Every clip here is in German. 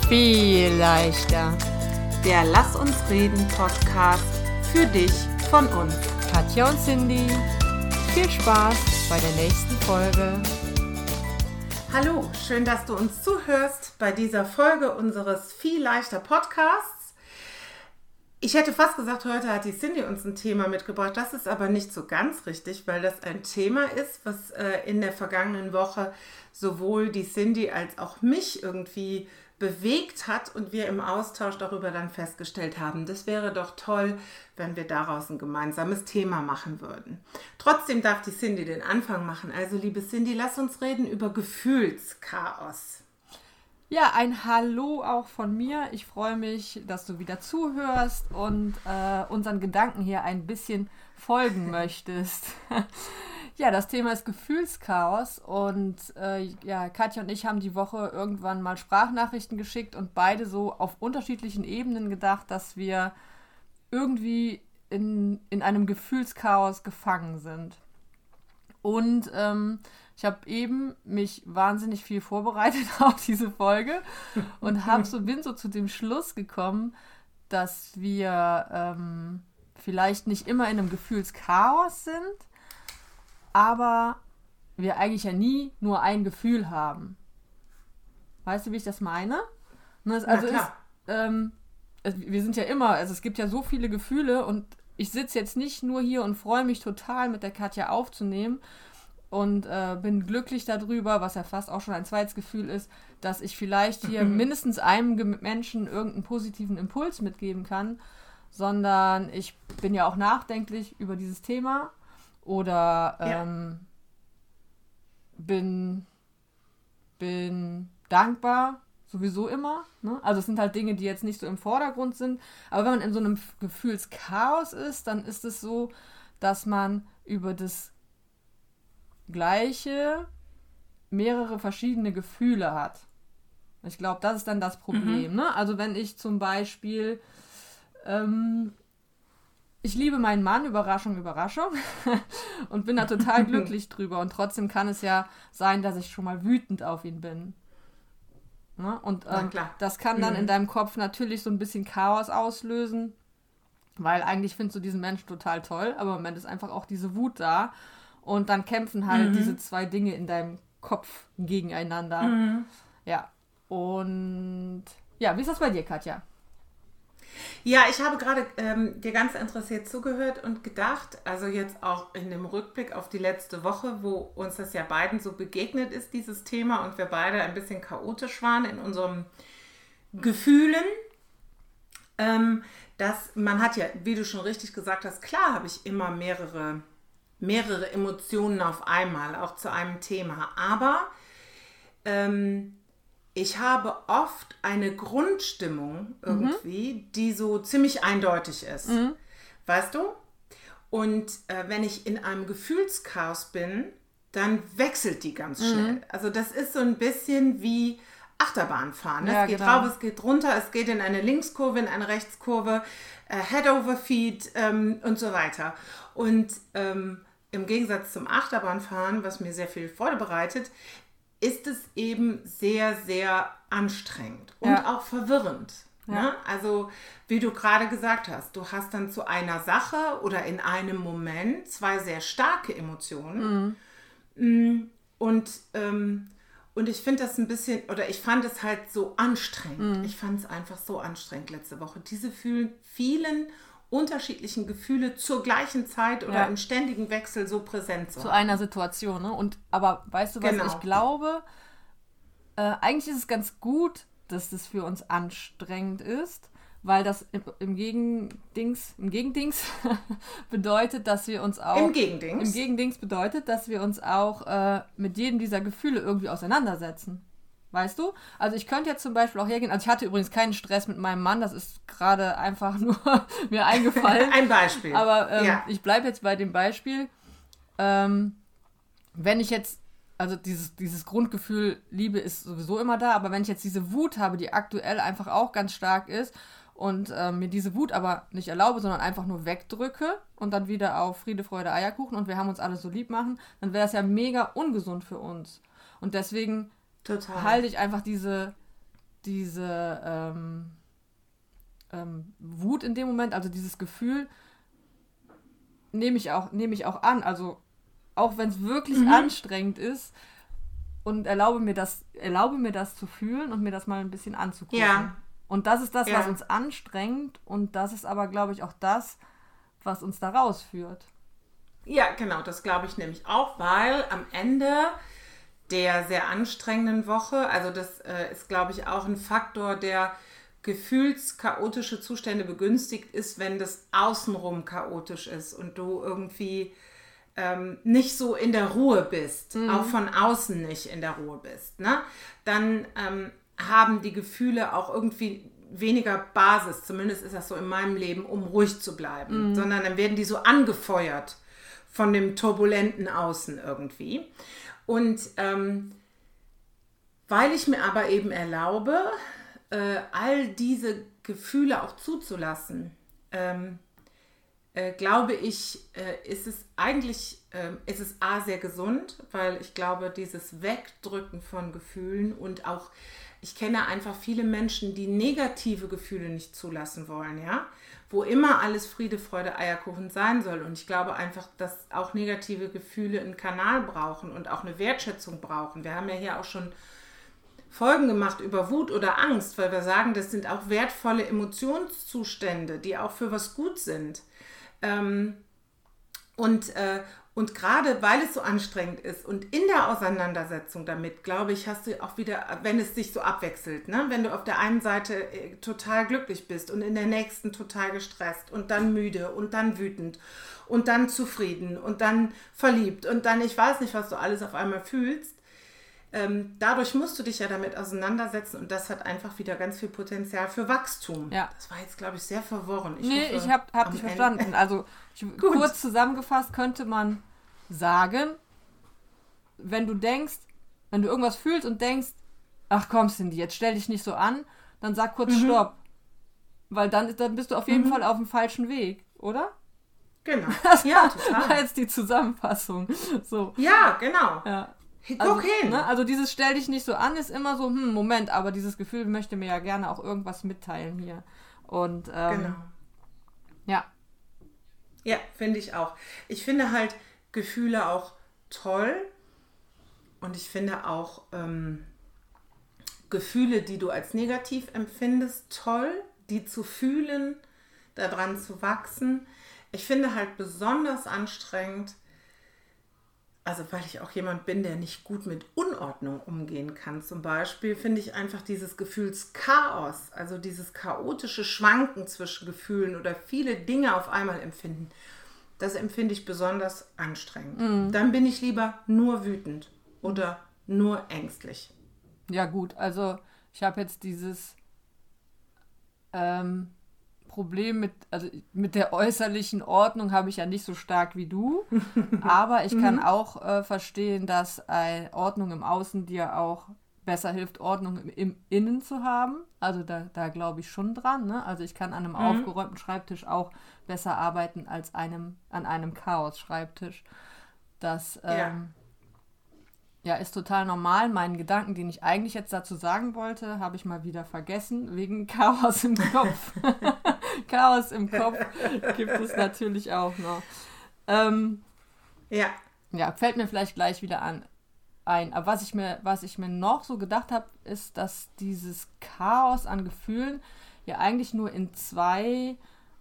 Viel leichter. Der Lass uns reden Podcast für dich von uns. Katja und Cindy. Viel Spaß bei der nächsten Folge. Hallo, schön, dass du uns zuhörst bei dieser Folge unseres Viel leichter Podcasts. Ich hätte fast gesagt, heute hat die Cindy uns ein Thema mitgebracht. Das ist aber nicht so ganz richtig, weil das ein Thema ist, was in der vergangenen Woche sowohl die Cindy als auch mich irgendwie bewegt hat und wir im Austausch darüber dann festgestellt haben, das wäre doch toll, wenn wir daraus ein gemeinsames Thema machen würden. Trotzdem darf die Cindy den Anfang machen. Also liebe Cindy, lass uns reden über Gefühlschaos. Ja, ein Hallo auch von mir. Ich freue mich, dass du wieder zuhörst und unseren Gedanken hier ein bisschen folgen möchtest. Ja, das Thema ist Gefühlschaos und Katja und ich haben die Woche irgendwann mal Sprachnachrichten geschickt und beide so auf unterschiedlichen Ebenen gedacht, dass wir irgendwie in einem Gefühlschaos gefangen sind. Und ich habe eben mich wahnsinnig viel vorbereitet auf diese Folge und bin so zu dem Schluss gekommen, dass wir vielleicht nicht immer in einem Gefühlschaos sind, aber wir eigentlich ja nie nur ein Gefühl haben. Weißt du, wie ich das meine? Wir sind ja immer, also es gibt ja so viele Gefühle und ich sitze jetzt nicht nur hier und freue mich total, mit der Katja aufzunehmen und bin glücklich darüber, was ja fast auch schon ein zweites Gefühl ist, dass ich vielleicht hier mindestens einem Menschen irgendeinen positiven Impuls mitgeben kann, sondern ich bin ja auch nachdenklich über dieses Thema oder bin dankbar, sowieso immer. Ne? Also es sind halt Dinge, die jetzt nicht so im Vordergrund sind. Aber wenn man in so einem Gefühlschaos ist, dann ist es so, dass man über das Gleiche mehrere verschiedene Gefühle hat. Ich glaube, das ist dann das Problem. Ne? Also wenn ich zum Beispiel ich liebe meinen Mann, Überraschung, Überraschung, und bin da total glücklich drüber. Und trotzdem kann es ja sein, dass ich schon mal wütend auf ihn bin. Ne? Und das kann dann in deinem Kopf natürlich so ein bisschen Chaos auslösen, weil eigentlich findest du diesen Menschen total toll, aber im Moment ist einfach auch diese Wut da. Und dann kämpfen halt diese zwei Dinge in deinem Kopf gegeneinander. Ja, und ja, wie ist das bei dir, Katja? Ja, ich habe gerade dir ganz interessiert zugehört und gedacht, also jetzt auch in dem Rückblick auf die letzte Woche, wo uns das ja beiden so begegnet ist, dieses Thema, und wir beide ein bisschen chaotisch waren in unseren Gefühlen, dass man hat ja, wie du schon richtig gesagt hast, klar habe ich immer mehrere Emotionen auf einmal, auch zu einem Thema, aber ich habe oft eine Grundstimmung irgendwie, die so ziemlich eindeutig ist. Weißt du? Und wenn ich in einem Gefühlschaos bin, dann wechselt die ganz schnell. Also das ist so ein bisschen wie Achterbahnfahren. Ja, es geht rauf, es geht runter, es geht in eine Linkskurve, in eine Rechtskurve, Head over Feet und so weiter. Und im Gegensatz zum Achterbahnfahren, was mir sehr viel Freude bereitet, ist es eben sehr, sehr anstrengend und auch verwirrend. Ja. Ne? Also, wie du gerade gesagt hast, du hast dann zu einer Sache oder in einem Moment zwei sehr starke Emotionen. Und ich finde das ein bisschen, oder ich fand es halt so anstrengend. Ich fand es einfach so anstrengend letzte Woche. Diese vielen unterschiedlichen Gefühle zur gleichen Zeit oder im ständigen Wechsel so präsent zu einer Situation. Ne? Aber weißt du was, ich glaube, eigentlich ist es ganz gut, dass das für uns anstrengend ist, weil das im Gegendings bedeutet, dass wir uns auch... Im Gegendings bedeutet, dass wir uns auch mit jedem dieser Gefühle irgendwie auseinandersetzen. Weißt du? Also ich könnte jetzt zum Beispiel auch hergehen, also ich hatte übrigens keinen Stress mit meinem Mann, das ist gerade einfach nur mir eingefallen. Ein Beispiel. Aber ich bleibe jetzt bei dem Beispiel. Wenn ich jetzt, also dieses Grundgefühl Liebe ist sowieso immer da, aber wenn ich jetzt diese Wut habe, die aktuell einfach auch ganz stark ist und mir diese Wut aber nicht erlaube, sondern einfach nur wegdrücke und dann wieder auf Friede, Freude, Eierkuchen und wir haben uns alle so lieb machen, dann wäre das ja mega ungesund für uns. Und deswegen halte ich einfach diese diese Wut in dem Moment, also dieses Gefühl, nehme ich auch an. Also auch wenn es wirklich anstrengend ist und erlaube mir das zu fühlen und mir das mal ein bisschen anzugucken. Ja. Und das ist das, Ja. was uns anstrengt und das ist aber, glaube ich, auch das, was uns da rausführt. Ja, genau, das glaube ich nämlich auch, weil am Ende der sehr anstrengenden Woche, also das ist, glaube ich, auch ein Faktor, der gefühlschaotische Zustände begünstigt ist, wenn das außenrum chaotisch ist und du irgendwie nicht so in der Ruhe bist, auch von außen nicht in der Ruhe bist, ne? Dann haben die Gefühle auch irgendwie weniger Basis, zumindest ist das so in meinem Leben, um ruhig zu bleiben, sondern dann werden die so angefeuert von dem turbulenten Außen irgendwie. Und weil ich mir aber eben erlaube, all diese Gefühle auch zuzulassen, glaube ich, ist es eigentlich, ist es A, sehr gesund, weil ich glaube, dieses Wegdrücken von Gefühlen und auch, ich kenne einfach viele Menschen, die negative Gefühle nicht zulassen wollen, ja, wo immer alles Friede, Freude, Eierkuchen sein soll. Und ich glaube einfach, dass auch negative Gefühle einen Kanal brauchen und auch eine Wertschätzung brauchen. Wir haben ja hier auch schon Folgen gemacht über Wut oder Angst, weil wir sagen, das sind auch wertvolle Emotionszustände, die auch für was gut sind. Und gerade weil es so anstrengend ist und in der Auseinandersetzung damit, glaube ich, hast du auch wieder, wenn es sich so abwechselt, ne? Wenn du auf der einen Seite total glücklich bist und in der nächsten total gestresst und dann müde und dann wütend und dann zufrieden und dann verliebt und dann, ich weiß nicht, was du alles auf einmal fühlst. Dadurch musst du dich ja damit auseinandersetzen und das hat einfach wieder ganz viel Potenzial für Wachstum. Ja. Das war jetzt, glaube ich, sehr verworren. Ich hab dich verstanden. Also kurz zusammengefasst könnte man sagen, wenn du irgendwas fühlst und denkst, ach komm Cindy, jetzt stell dich nicht so an, dann sag kurz Stopp. Weil dann bist du auf jeden Fall auf dem falschen Weg, oder? Genau. Ja, total. War jetzt die Zusammenfassung. So. Ja, genau. Ja. Guck hin. Ne, also dieses stell dich nicht so an ist immer so, Moment, aber dieses Gefühl möchte mir ja gerne auch irgendwas mitteilen hier. Und genau. Ja. Ja, finde ich auch. Ich finde halt Gefühle auch toll und ich finde auch Gefühle, die du als negativ empfindest, toll, die zu fühlen, daran zu wachsen. Ich finde halt besonders anstrengend, also weil ich auch jemand bin, der nicht gut mit Unordnung umgehen kann. Zum Beispiel finde ich einfach dieses Gefühlschaos, also dieses chaotische Schwanken zwischen Gefühlen oder viele Dinge auf einmal empfinden, das empfinde ich besonders anstrengend. Dann bin ich lieber nur wütend oder nur ängstlich. Ja gut, also ich habe jetzt dieses Problem mit der äußerlichen Ordnung habe ich ja nicht so stark wie du, aber ich kann auch verstehen, dass Ordnung im Außen dir auch besser hilft, Ordnung im Innen zu haben. Also da glaube ich schon dran. Ne? Also ich kann an einem aufgeräumten Schreibtisch auch besser arbeiten als an einem Chaos-Schreibtisch. Das ist total normal. Meinen Gedanken, den ich eigentlich jetzt dazu sagen wollte, habe ich mal wieder vergessen, wegen Chaos im Kopf. Chaos im Kopf gibt es natürlich auch noch. Ja, fällt mir vielleicht gleich wieder ein. Aber was ich mir noch so gedacht habe, ist, dass dieses Chaos an Gefühlen ja eigentlich nur in zwei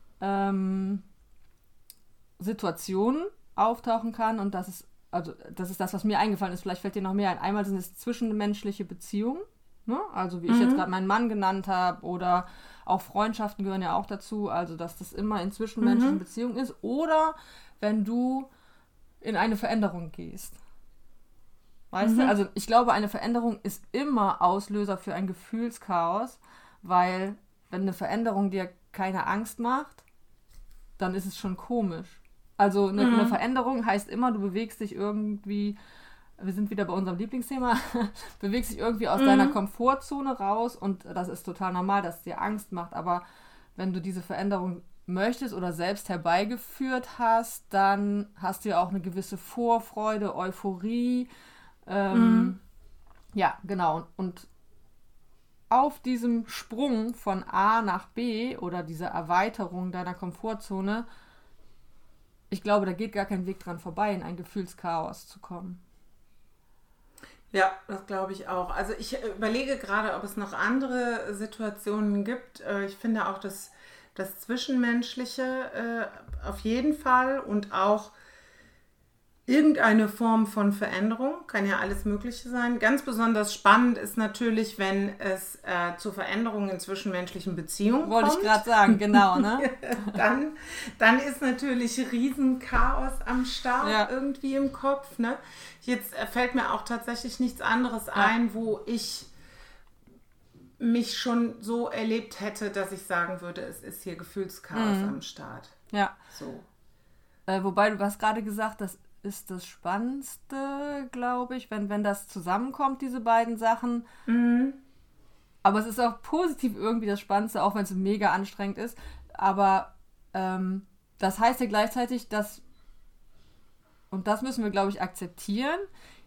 Situationen auftauchen kann und das ist das, was mir eingefallen ist. Vielleicht fällt dir noch mehr ein. Einmal sind es zwischenmenschliche Beziehungen, ne? Also wie ich jetzt gerade meinen Mann genannt habe, oder auch Freundschaften gehören ja auch dazu, also dass das immer in zwischenmenschlichen Beziehungen ist. Oder wenn du in eine Veränderung gehst. Weißt du? Also ich glaube, eine Veränderung ist immer Auslöser für ein Gefühlschaos, weil wenn eine Veränderung dir keine Angst macht, dann ist es schon komisch. Also eine Veränderung heißt immer, du bewegst dich irgendwie, wir sind wieder bei unserem Lieblingsthema, bewegst dich irgendwie aus deiner Komfortzone raus und das ist total normal, dass es dir Angst macht, aber wenn du diese Veränderung möchtest oder selbst herbeigeführt hast, dann hast du ja auch eine gewisse Vorfreude, Euphorie, ja, genau, und auf diesem Sprung von A nach B oder dieser Erweiterung deiner Komfortzone, ich glaube, da geht gar kein Weg dran vorbei, in ein Gefühlschaos zu kommen. Ja, das glaube ich auch. Also ich überlege gerade, ob es noch andere Situationen gibt. Ich finde auch das Zwischenmenschliche auf jeden Fall und auch irgendeine Form von Veränderung, kann ja alles Mögliche sein. Ganz besonders spannend ist natürlich, wenn es zu Veränderungen in zwischenmenschlichen Beziehungen Wollte kommt. ich gerade sagen, genau, ne? dann ist natürlich Riesenchaos am Start irgendwie im Kopf. Ne? Jetzt fällt mir auch tatsächlich nichts anderes ein, wo ich mich schon so erlebt hätte, dass ich sagen würde, es ist hier Gefühlschaos am Start. Ja. So. Wobei, du hast gerade gesagt, das ist das Spannendste, glaube ich, wenn das zusammenkommt, diese beiden Sachen. Aber es ist auch positiv irgendwie das Spannendste, auch wenn es mega anstrengend ist. Aber das heißt ja gleichzeitig, dass, und das müssen wir, glaube ich, akzeptieren,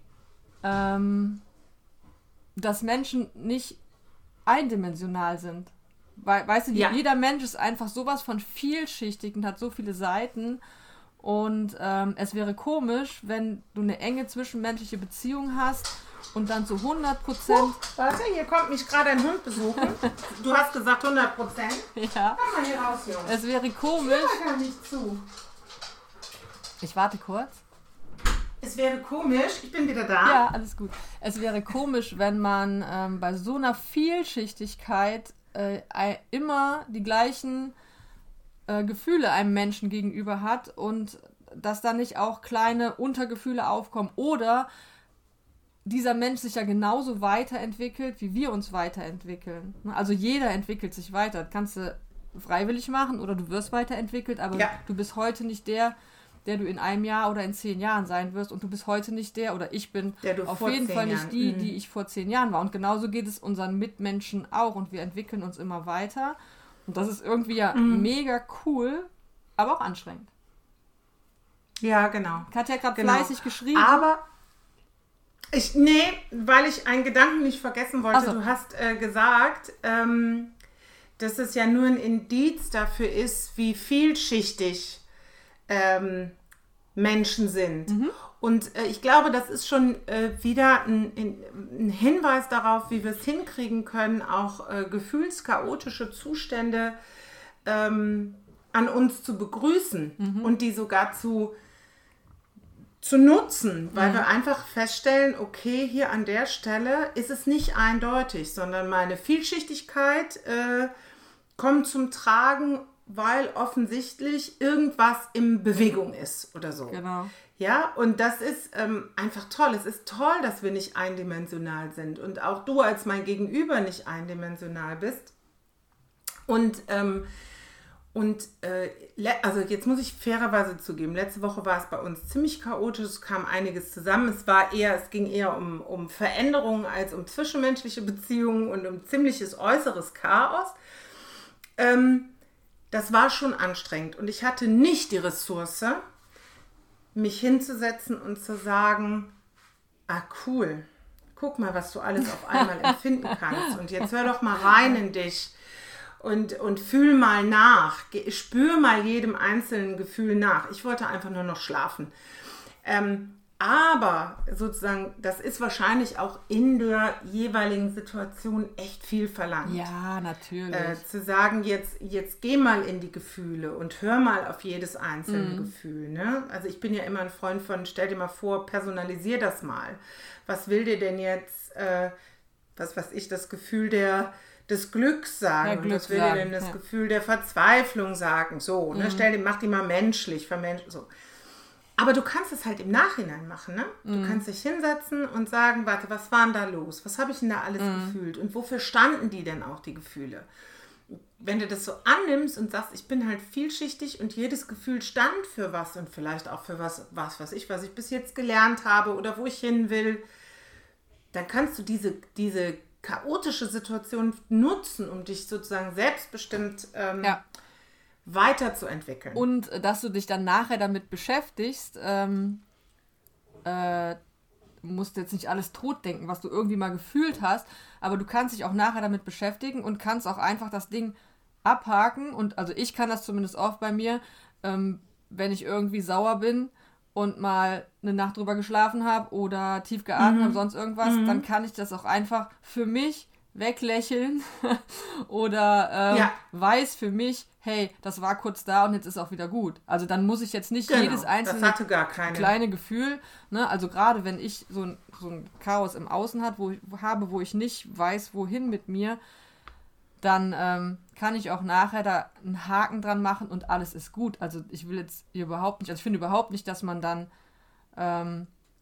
dass Menschen nicht eindimensional sind. Weißt du, jeder Mensch ist einfach sowas von vielschichtig und hat so viele Seiten. Und es wäre komisch, wenn du eine enge zwischenmenschliche Beziehung hast und dann zu 100%... Warte, hier kommt mich gerade ein Hund besuchen. Du hast gesagt 100%. Ja. Komm mal hier raus, Jungs. Es wäre komisch... Ich gar nicht zu. Ich warte kurz. Es wäre komisch, ich bin wieder da. Ja, alles gut. Es wäre komisch, wenn man bei so einer Vielschichtigkeit immer die gleichen Gefühle einem Menschen gegenüber hat und dass da nicht auch kleine Untergefühle aufkommen oder dieser Mensch sich ja genauso weiterentwickelt, wie wir uns weiterentwickeln. Also jeder entwickelt sich weiter. Das kannst du freiwillig machen oder du wirst weiterentwickelt, aber du bist heute nicht der du in einem Jahr oder in 10 Jahren sein wirst und du bist heute nicht der, oder ich bin auf jeden Fall nicht die ich vor 10 Jahren war. Und genauso geht es unseren Mitmenschen auch und wir entwickeln uns immer weiter. Und das ist irgendwie ja mega cool, aber auch anstrengend. Ja, genau. Katja hat gerade fleißig geschrieben. Aber weil ich einen Gedanken nicht vergessen wollte. So. Du hast gesagt, dass es ja nur ein Indiz dafür ist, wie vielschichtig Menschen sind. Und ich glaube, das ist schon wieder ein Hinweis darauf, wie wir es hinkriegen können, auch gefühlschaotische Zustände an uns zu begrüßen und die sogar zu nutzen, weil wir einfach feststellen, okay, hier an der Stelle ist es nicht eindeutig, sondern meine Vielschichtigkeit kommt zum Tragen, weil offensichtlich irgendwas in Bewegung ist oder so. Genau. Ja, und das ist einfach toll. Es ist toll, dass wir nicht eindimensional sind und auch du als mein Gegenüber nicht eindimensional bist. Also jetzt muss ich fairerweise zugeben, letzte Woche war es bei uns ziemlich chaotisch, es kam einiges zusammen. Es ging eher um Veränderungen als um zwischenmenschliche Beziehungen und um ziemliches äußeres Chaos. Das war schon anstrengend und ich hatte nicht die Ressource, mich hinzusetzen und zu sagen, cool, guck mal, was du alles auf einmal empfinden kannst und jetzt hör doch mal rein in dich und fühl mal nach, spür mal jedem einzelnen Gefühl nach. Ich wollte einfach nur noch schlafen. Aber sozusagen, das ist wahrscheinlich auch in der jeweiligen Situation echt viel verlangt. Ja, natürlich. Zu sagen, jetzt geh mal in die Gefühle und hör mal auf jedes einzelne Gefühl. Ne? Also ich bin ja immer ein Freund von, stell dir mal vor, personalisier das mal. Was will dir denn jetzt, was weiß ich, das Gefühl des Glücks sagen? Und was will dir denn das Gefühl der Verzweiflung sagen? So, ne? Mach die mal menschlich, so. Aber du kannst es halt im Nachhinein machen, ne? Du kannst dich hinsetzen und sagen, warte, was war denn da los? Was habe ich denn da alles gefühlt? Und wofür standen die denn auch, die Gefühle? Wenn du das so annimmst und sagst, ich bin halt vielschichtig und jedes Gefühl stand für was und vielleicht auch für was ich bis jetzt gelernt habe oder wo ich hin will, dann kannst du diese chaotische Situation nutzen, um dich sozusagen selbstbestimmt weiterzuentwickeln. Und dass du dich dann nachher damit beschäftigst, musst jetzt nicht alles totdenken, was du irgendwie mal gefühlt hast, aber du kannst dich auch nachher damit beschäftigen und kannst auch einfach das Ding abhaken. Und also ich kann das zumindest oft bei mir, wenn ich irgendwie sauer bin und mal eine Nacht drüber geschlafen habe oder tief geatmet habe, sonst irgendwas, dann kann ich das auch einfach für mich weglächeln oder weiß für mich, hey, das war kurz da und jetzt ist auch wieder gut. Also dann muss ich jetzt nicht jedes einzelne kleine Gefühl, ne, also gerade wenn ich so ein Chaos im Außen wo ich nicht weiß, wohin mit mir, dann kann ich auch nachher da einen Haken dran machen und alles ist gut. Also ich will jetzt hier überhaupt nicht, also ich finde überhaupt nicht, dass man dann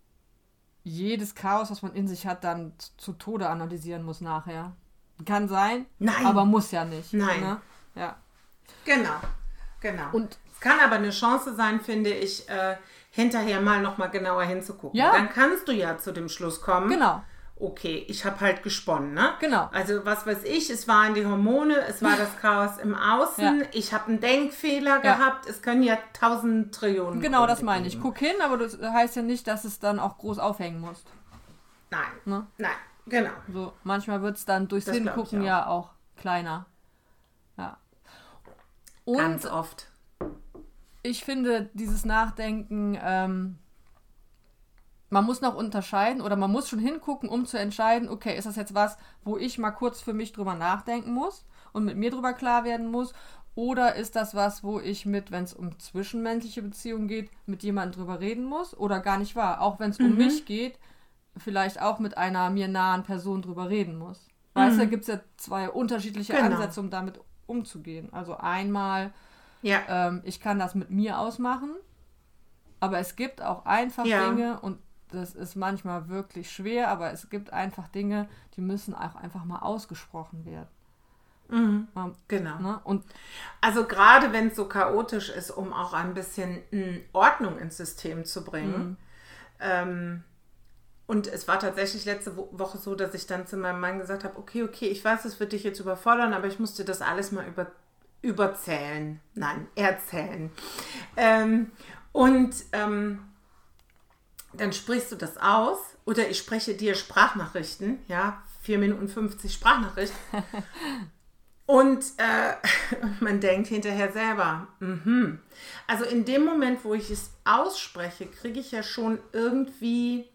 jedes Chaos, was man in sich hat, dann zu Tode analysieren muss nachher. Kann sein, aber muss ja nicht. Nein. Ne? Ja. Genau. Und es kann aber eine Chance sein, finde ich, hinterher mal nochmal genauer hinzugucken. Ja. Dann kannst du ja zu dem Schluss kommen. Genau. Okay, ich habe halt gesponnen, ne? Genau. Also was weiß ich, es waren die Hormone, es war das Chaos im Außen, ich habe einen Denkfehler gehabt, es können ja 1000 Trillionen Genau, Gründe das meine ich. geben. Guck hin, aber das heißt ja nicht, dass es dann auch groß aufhängen muss. Nein, genau. So, manchmal wird es dann durchs Hingucken ja auch kleiner. Ja. Und ganz oft. Ich finde, dieses Nachdenken, man muss noch unterscheiden oder man muss schon hingucken, um zu entscheiden, okay, ist das jetzt was, wo ich mal kurz für mich drüber nachdenken muss und mit mir drüber klar werden muss, oder ist das was, wo ich wenn es um zwischenmenschliche Beziehungen geht, mit jemandem drüber reden muss oder gar nicht wahr, auch wenn es um mich geht, vielleicht auch mit einer mir nahen Person drüber reden muss. Weißt du, da gibt es ja zwei unterschiedliche Ansätze, um damit umzugehen. Also einmal, ich kann das mit mir ausmachen, aber es gibt auch einfach Dinge und das ist manchmal wirklich schwer, aber es gibt einfach Dinge, die müssen auch einfach mal ausgesprochen werden. Genau. Ne? Und also gerade wenn es so chaotisch ist, um auch ein bisschen Ordnung ins System zu bringen. Und es war tatsächlich letzte Woche so, dass ich dann zu meinem Mann gesagt habe, okay, ich weiß, es wird dich jetzt überfordern, aber ich musste das alles mal erzählen. Dann sprichst du das aus oder ich spreche dir Sprachnachrichten, 4 Minuten 50 Sprachnachricht. Und man denkt hinterher selber, Also in dem Moment, wo ich es ausspreche, kriege ich ja schon irgendwie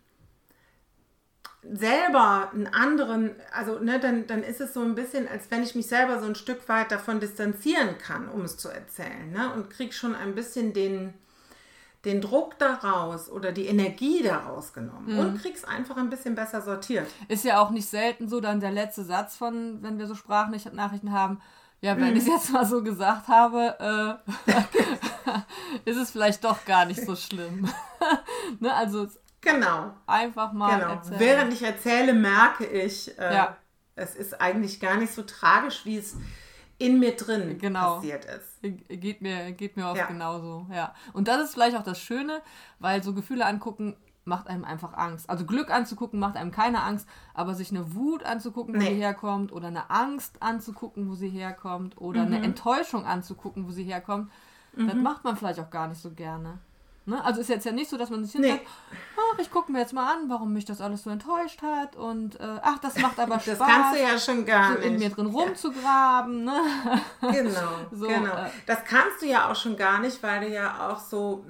selber einen anderen, also dann ist es so ein bisschen, als wenn ich mich selber so ein Stück weit davon distanzieren kann, um es zu erzählen, ne? Und kriege schon ein bisschen den Druck daraus oder die Energie daraus genommen und krieg's einfach ein bisschen besser sortiert. Ist ja auch nicht selten so dann der letzte Satz von, wenn wir so Sprachnachrichten haben, ja, wenn ich es jetzt mal so gesagt habe, ist es vielleicht doch gar nicht so schlimm. Ne, also einfach mal erzählen. Während ich erzähle, merke ich, es ist eigentlich gar nicht so tragisch, wie es in mir drin passiert ist. Geht mir oft genauso, ja. Und das ist vielleicht auch das Schöne, weil so Gefühle angucken macht einem einfach Angst. Also Glück anzugucken macht einem keine Angst, aber sich eine Wut anzugucken, wo sie herkommt, oder eine Angst anzugucken, wo sie herkommt, oder eine Enttäuschung anzugucken, wo sie herkommt, das macht man vielleicht auch gar nicht so gerne. Ne? Also ist jetzt ja nicht so, dass man sich hinsetzt, ich gucke mir jetzt mal an, warum mich das alles so enttäuscht hat und das macht aber Spaß. Das kannst du ja schon gar so nicht. in mir drin rumzugraben. Ne? Genau. Das kannst du ja auch schon gar nicht, weil du ja auch so,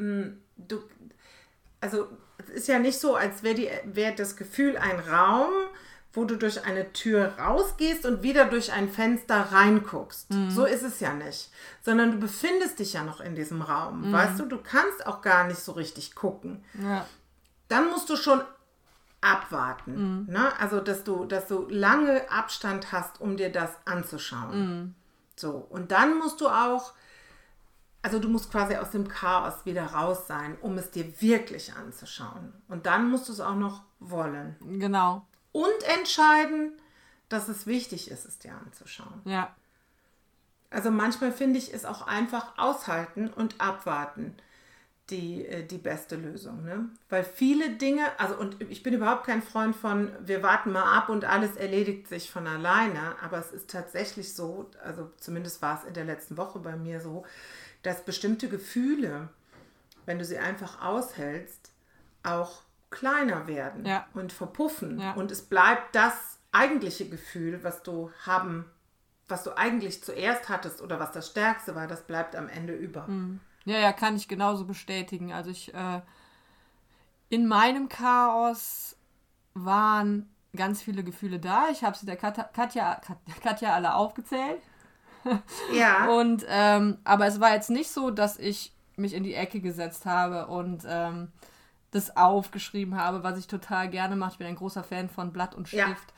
also es ist ja nicht so, als wäre das Gefühl ein Raum, wo du durch eine Tür rausgehst und wieder durch ein Fenster reinguckst. So ist es ja nicht. Sondern du befindest dich ja noch in diesem Raum. Weißt du, du kannst auch gar nicht so richtig gucken. Ja. Dann musst du schon abwarten. Ne? Also, dass du lange Abstand hast, um dir das anzuschauen. So, und dann musst du auch, also du musst quasi aus dem Chaos wieder raus sein, um es dir wirklich anzuschauen. Und dann musst du es auch noch wollen. Genau. Und entscheiden, dass es wichtig ist, es dir anzuschauen. Ja. Also manchmal finde ich es auch einfach aushalten und abwarten die beste Lösung. Ne? Weil viele Dinge, und ich bin überhaupt kein Freund von, wir warten mal ab und alles erledigt sich von alleine, aber es ist tatsächlich so, also zumindest war es in der letzten Woche bei mir so, dass bestimmte Gefühle, wenn du sie einfach aushältst, auch kleiner werden und verpuffen. Ja. Und es bleibt das eigentliche Gefühl, was du eigentlich zuerst hattest oder was das Stärkste war, das bleibt am Ende über. Ja, kann ich genauso bestätigen. Also in meinem Chaos waren ganz viele Gefühle da. Ich habe sie der Katja alle aufgezählt. Ja. Und aber es war jetzt nicht so, dass ich mich in die Ecke gesetzt habe und das aufgeschrieben habe, was ich total gerne mache. Ich bin ein großer Fan von Blatt und Stift.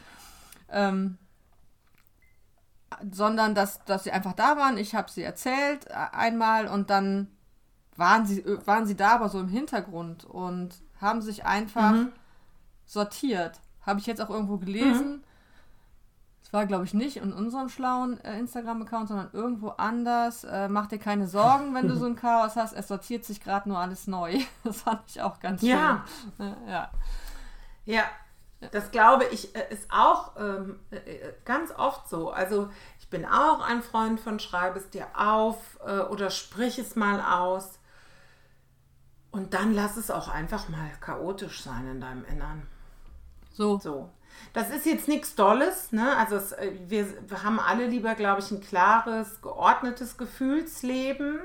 Sondern dass sie einfach da waren. Ich habe sie erzählt einmal und dann waren sie da, aber so im Hintergrund und haben sich einfach sortiert. Habe ich jetzt auch irgendwo gelesen. Das war, glaube ich, nicht in unserem schlauen Instagram-Account, sondern irgendwo anders. Mach dir keine Sorgen, wenn du so ein Chaos hast. Es sortiert sich gerade nur alles neu. Das fand ich auch ganz schön. Ja, das glaube ich ist auch ganz oft so. Also ich bin auch ein Freund von schreib es dir auf oder sprich es mal aus. Und dann lass es auch einfach mal chaotisch sein in deinem Innern. So. Das ist jetzt nichts Dolles, ne? Also wir haben alle lieber, glaube ich, ein klares, geordnetes Gefühlsleben.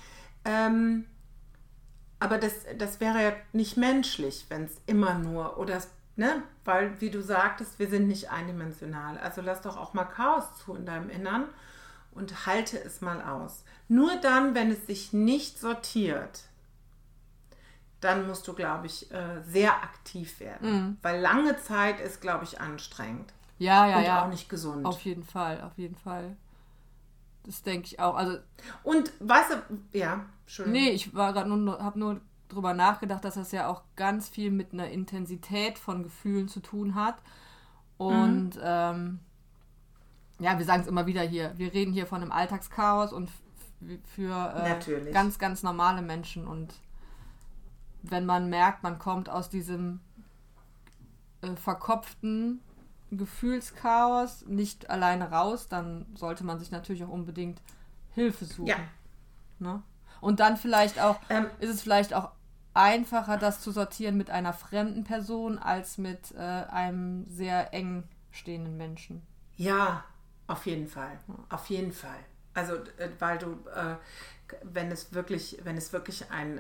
Aber das wäre ja nicht menschlich, wenn es immer nur, oder ne? Weil, wie du sagtest, wir sind nicht eindimensional. Also lass doch auch mal Chaos zu in deinem Innern und halte es mal aus. Nur dann, wenn es sich nicht sortiert, dann musst du, glaube ich, sehr aktiv werden. Weil lange Zeit ist, glaube ich, anstrengend. Und auch nicht gesund. Auf jeden Fall. Das denke ich auch. Also, und weißt du, Entschuldigung. Nee, ich war gerade habe nur drüber nachgedacht, dass das ja auch ganz viel mit einer Intensität von Gefühlen zu tun hat. Und wir sagen es immer wieder hier, wir reden hier von einem Alltagschaos und für ganz, ganz normale Menschen. Und wenn man merkt, man kommt aus diesem verkopften Gefühlschaos nicht alleine raus, dann sollte man sich natürlich auch unbedingt Hilfe suchen. Ja. Ne? Und dann vielleicht auch, ist es vielleicht auch einfacher, das zu sortieren mit einer fremden Person, als mit einem sehr eng stehenden Menschen. Ja, auf jeden Fall. Auf jeden Fall. Also, weil du, wenn es wirklich ein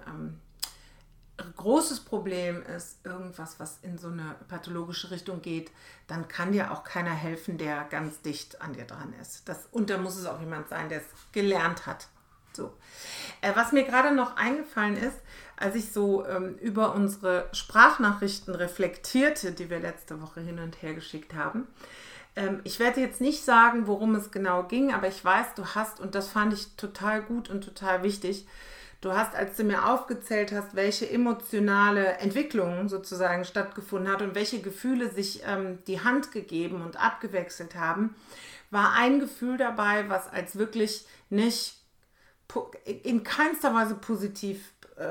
großes Problem ist, irgendwas, was in so eine pathologische Richtung geht, dann kann dir auch keiner helfen, der ganz dicht an dir dran ist. Und da muss es auch jemand sein, der es gelernt hat. So. Was mir gerade noch eingefallen ist, als ich so über unsere Sprachnachrichten reflektierte, die wir letzte Woche hin und her geschickt haben. Ich werde jetzt nicht sagen, worum es genau ging, aber ich weiß, du hast, und das fand ich total gut und total wichtig, du hast, als du mir aufgezählt hast, welche emotionale Entwicklung sozusagen stattgefunden hat und welche Gefühle sich die Hand gegeben und abgewechselt haben, war ein Gefühl dabei, was als wirklich nicht in keinster Weise positiv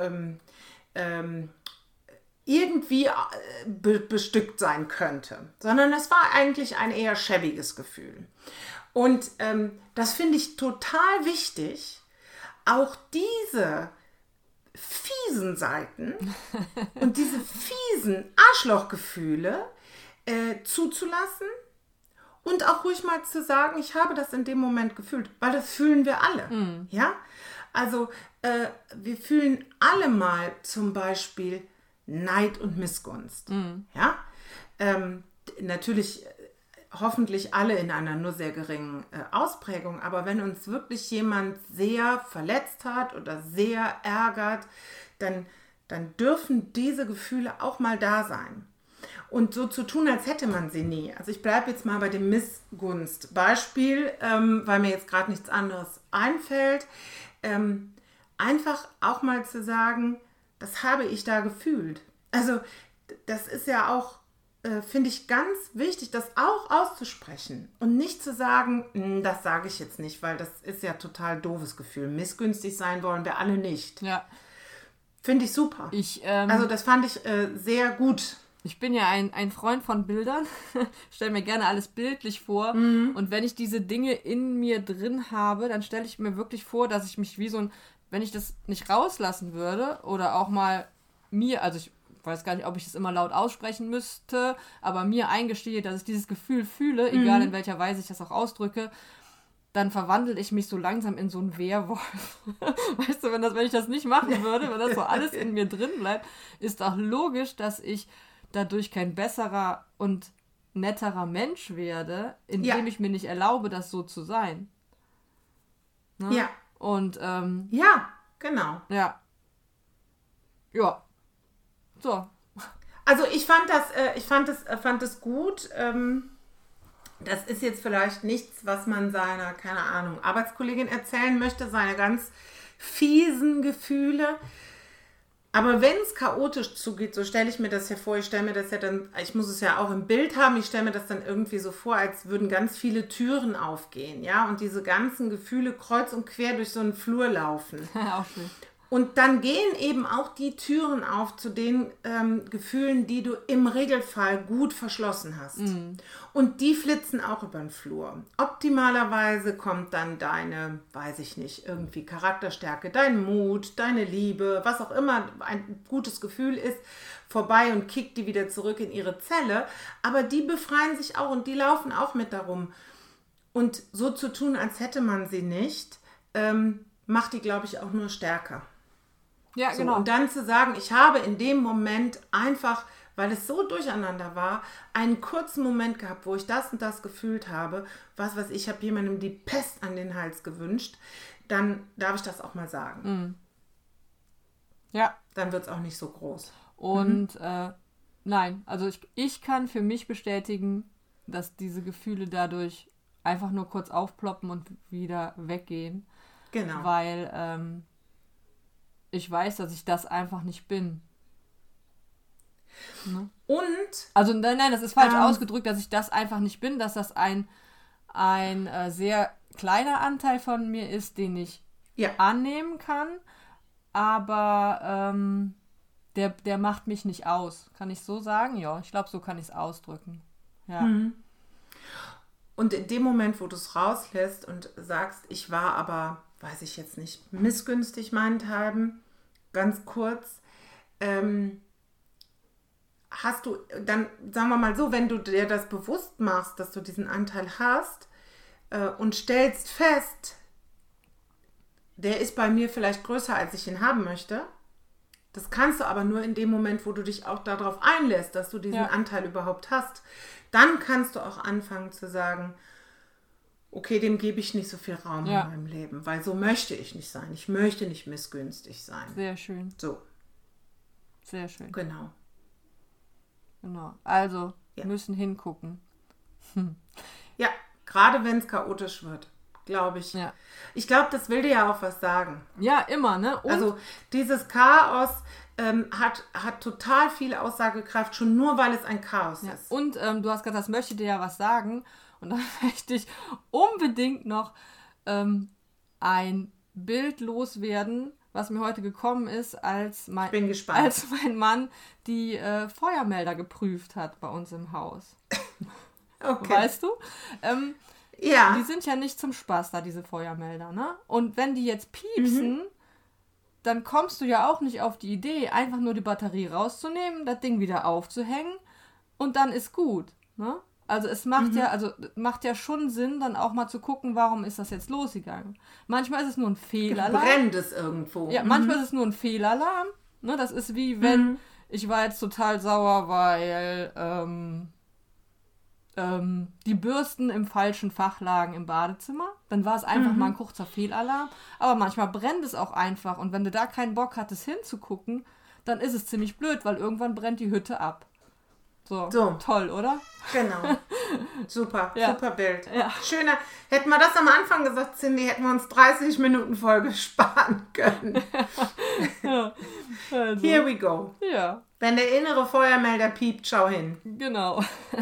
irgendwie bestückt sein könnte, sondern es war eigentlich ein eher schäbiges Gefühl. Und das finde ich total wichtig, auch diese fiesen Seiten und diese fiesen Arschlochgefühle zuzulassen und auch ruhig mal zu sagen, ich habe das in dem Moment gefühlt, weil das fühlen wir alle. Ja? Also wir fühlen alle mal zum Beispiel Neid und Missgunst. Ja? Natürlich hoffentlich alle in einer nur sehr geringen Ausprägung, aber wenn uns wirklich jemand sehr verletzt hat oder sehr ärgert, dann dürfen diese Gefühle auch mal da sein. Und so zu tun, als hätte man sie nie. Also ich bleibe jetzt mal bei dem Missgunst-Beispiel, weil mir jetzt gerade nichts anderes einfällt. Einfach auch mal zu sagen, das habe ich da gefühlt. Also das ist ja auch, finde ich ganz wichtig, das auch auszusprechen und nicht zu sagen, das sage ich jetzt nicht, weil das ist ja total doofes Gefühl. Missgünstig sein wollen wir alle nicht. Ja. Finde ich super. Also das fand ich sehr gut. Ich bin ja ein Freund von Bildern, stelle mir gerne alles bildlich vor und wenn ich diese Dinge in mir drin habe, dann stelle ich mir wirklich vor, dass ich mich wie so ein, wenn ich das nicht rauslassen würde oder auch mal also ich weiß gar nicht, ob ich das immer laut aussprechen müsste, aber mir eingestehe, dass ich dieses Gefühl fühle, egal in welcher Weise ich das auch ausdrücke, dann verwandle ich mich so langsam in so einen Werwolf. Weißt du, wenn ich das nicht machen würde, wenn das so alles in mir drin bleibt, ist doch logisch, dass ich dadurch kein besserer und netterer Mensch werde, indem ich mir nicht erlaube, das so zu sein. Ne? Ja. Und, ja, genau. Ja. Ja. So. Also ich fand es gut. Das ist jetzt vielleicht nichts, was man seiner, keine Ahnung, Arbeitskollegin erzählen möchte, seine ganz fiesen Gefühle. Aber wenn es chaotisch zugeht, so stelle ich mir das ja vor, ich stelle mir das ja dann, ich muss es ja auch im Bild haben, ich stelle mir das dann irgendwie so vor, als würden ganz viele Türen aufgehen, ja, und diese ganzen Gefühle kreuz und quer durch so einen Flur laufen. Auch schön. Und dann gehen eben auch die Türen auf zu den Gefühlen, die du im Regelfall gut verschlossen hast. Und die flitzen auch über den Flur. Optimalerweise kommt dann deine, weiß ich nicht, irgendwie Charakterstärke, dein Mut, deine Liebe, was auch immer ein gutes Gefühl ist, vorbei und kickt die wieder zurück in ihre Zelle. Aber die befreien sich auch und die laufen auch mit darum. Und so zu tun, als hätte man sie nicht, macht die, glaube ich, auch nur stärker. Ja, so, genau. und dann zu sagen, ich habe in dem Moment einfach, weil es so durcheinander war, einen kurzen Moment gehabt, wo ich das und das gefühlt habe, was weiß ich, habe jemandem die Pest an den Hals gewünscht, dann darf ich das auch mal sagen. Ja. Dann wird es auch nicht so groß. Und nein, also ich kann für mich bestätigen, dass diese Gefühle dadurch einfach nur kurz aufploppen und wieder weggehen. Genau. Weil ich weiß, dass ich das einfach nicht bin. Ne? Und? Also nein, das ist falsch ausgedrückt, dass ich das einfach nicht bin, dass das ein sehr kleiner Anteil von mir ist, den ich annehmen kann, aber der macht mich nicht aus. Kann ich so sagen? Ja, ich glaube, so kann ich es ausdrücken. Ja. Und in dem Moment, wo du es rauslässt und sagst, ich war aber, weiß ich jetzt nicht, missgünstig meinethalben, ganz kurz, hast du dann, sagen wir mal so, wenn du dir das bewusst machst, dass du diesen Anteil hast und stellst fest, der ist bei mir vielleicht größer, als ich ihn haben möchte. Das kannst du aber nur in dem Moment, wo du dich auch darauf einlässt, dass du diesen Anteil überhaupt hast. Dann kannst du auch anfangen zu sagen, okay, dem gebe ich nicht so viel Raum in meinem Leben, weil so möchte ich nicht sein. Ich möchte nicht missgünstig sein. Sehr schön. So. Sehr schön. Genau. Also, wir müssen hingucken. Ja, gerade wenn es chaotisch wird, glaube ich. Ja. Ich glaube, das will dir ja auch was sagen. Ja, immer, ne? Und also dieses Chaos hat total viel Aussagekraft, schon nur, weil es ein Chaos ist. Und du hast gesagt, das möchte dir ja was sagen. Und dann möchte ich unbedingt noch ein Bild loswerden, was mir heute gekommen ist, als mein Mann die Feuermelder geprüft hat bei uns im Haus. Okay. Weißt du? Ja. Die sind ja nicht zum Spaß da, diese Feuermelder, ne? Und wenn die jetzt piepsen, dann kommst du ja auch nicht auf die Idee, einfach nur die Batterie rauszunehmen, das Ding wieder aufzuhängen und dann ist gut, ne? Also es macht ja schon Sinn, dann auch mal zu gucken, warum ist das jetzt losgegangen. Manchmal ist es nur ein Fehlalarm. Brennt es irgendwo. Ja, manchmal ist es nur ein Fehlalarm. Ne, das ist wie wenn, ich war jetzt total sauer, weil die Bürsten im falschen Fach lagen im Badezimmer. Dann war es einfach mal ein kurzer Fehlalarm. Aber manchmal brennt es auch einfach. Und wenn du da keinen Bock hattest hinzugucken, dann ist es ziemlich blöd, weil irgendwann brennt die Hütte ab. So. Toll, oder? Genau. Super, super Bild. Ja. Schöner. Hätten wir das am Anfang gesagt, Cindy, hätten wir uns 30 Minuten Folge sparen können. Ja. Also. Here we go. Ja. Wenn der innere Feuermelder piept, schau hin. Genau.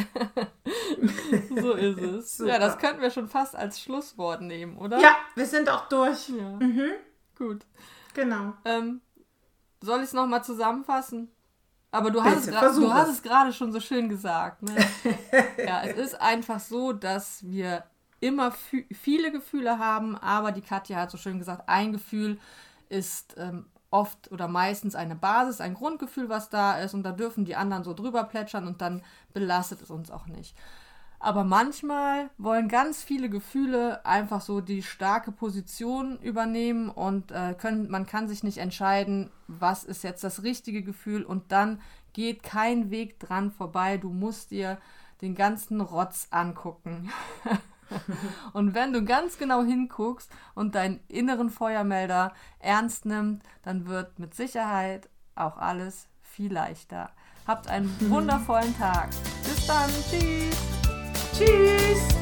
So ist es. Super. Ja, das könnten wir schon fast als Schlusswort nehmen, oder? Ja, wir sind auch durch. Ja. Gut. Genau. Soll ich es nochmal zusammenfassen? Aber du hast es gerade schon so schön gesagt. Ne? Ja, es ist einfach so, dass wir immer viele Gefühle haben, aber die Katja hat so schön gesagt, ein Gefühl ist oft oder meistens eine Basis, ein Grundgefühl, was da ist und da dürfen die anderen so drüber plätschern und dann belastet es uns auch nicht. Aber manchmal wollen ganz viele Gefühle einfach so die starke Position übernehmen und man kann sich nicht entscheiden, was ist jetzt das richtige Gefühl und dann geht kein Weg dran vorbei. Du musst dir den ganzen Rotz angucken. Und wenn du ganz genau hinguckst und deinen inneren Feuermelder ernst nimmst, dann wird mit Sicherheit auch alles viel leichter. Habt einen wundervollen Tag. Bis dann. Tschüss. Tschüss.